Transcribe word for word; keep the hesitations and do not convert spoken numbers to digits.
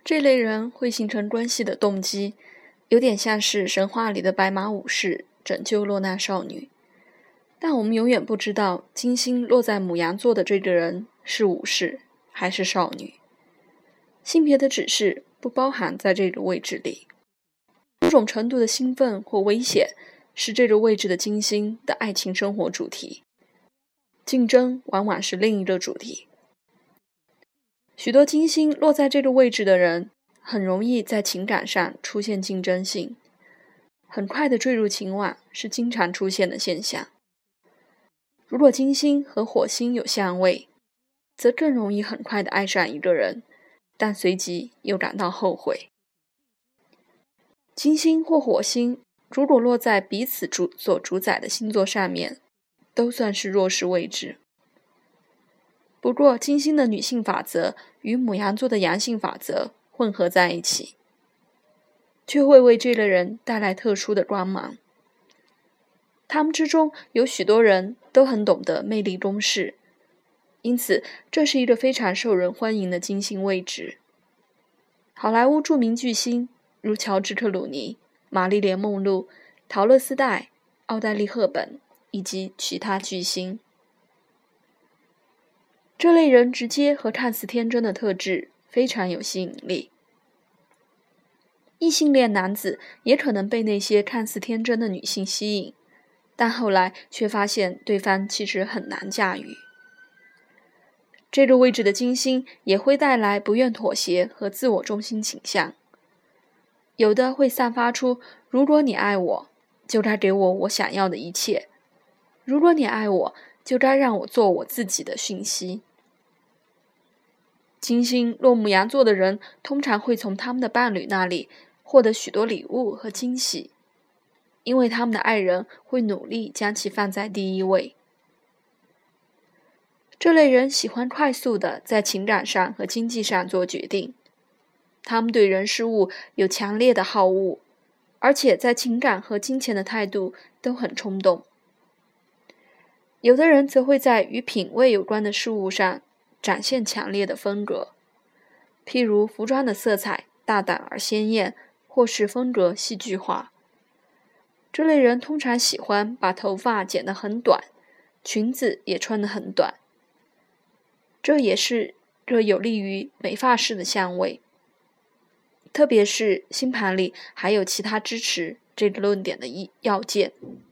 这类人会形成关系的动机，有点像是神话里的白马武士拯救落难少女。但我们永远不知道金星落在牡羊座的这个人是武士还是少女。性别的指示不包含在这个位置里。某种程度的兴奋或危险是这个位置的金星的爱情生活主题，竞争往往是另一个主题。许多金星落在这个位置的人很容易在情感上出现竞争性，很快的坠入情网是经常出现的现象。如果金星和火星有相位，则更容易很快的爱上一个人，但随即又感到后悔。金星或火星如果落在彼此主所主宰的星座上面，都算是弱势位置。不过金星的女性法则与牡羊座的阳性法则混合在一起，却会为这类人带来特殊的光芒。他们之中有许多人都很懂得魅力公式，因此这是一个非常受人欢迎的金星位置。好莱坞著名巨星如乔治·克鲁尼、玛丽莲·梦露、陶乐斯代、奥黛丽·赫本以及其他巨星。这类人直接和看似天真的特质非常有吸引力。异性恋男子也可能被那些看似天真的女性吸引，但后来却发现对方其实很难驾驭。这个位置的金星也会带来不愿妥协和自我中心倾向，有的会散发出如果你爱我，就该给我我想要的一切，如果你爱我，就该让我做我自己的讯息。金星落牡羊座的人通常会从他们的伴侣那里获得许多礼物和惊喜，因为他们的爱人会努力将其放在第一位。这类人喜欢快速地在情感上和经济上做决定，他们对人事物有强烈的好恶，而且在情感和金钱的态度都很冲动。有的人则会在与品味有关的事物上展现强烈的风格，譬如服装的色彩大胆而鲜艳，或是风格戏剧化。这类人通常喜欢把头发剪得很短，裙子也穿得很短，这也是个有利于美发师的相位，特别是星盘里还有其他支持这个论点的要件。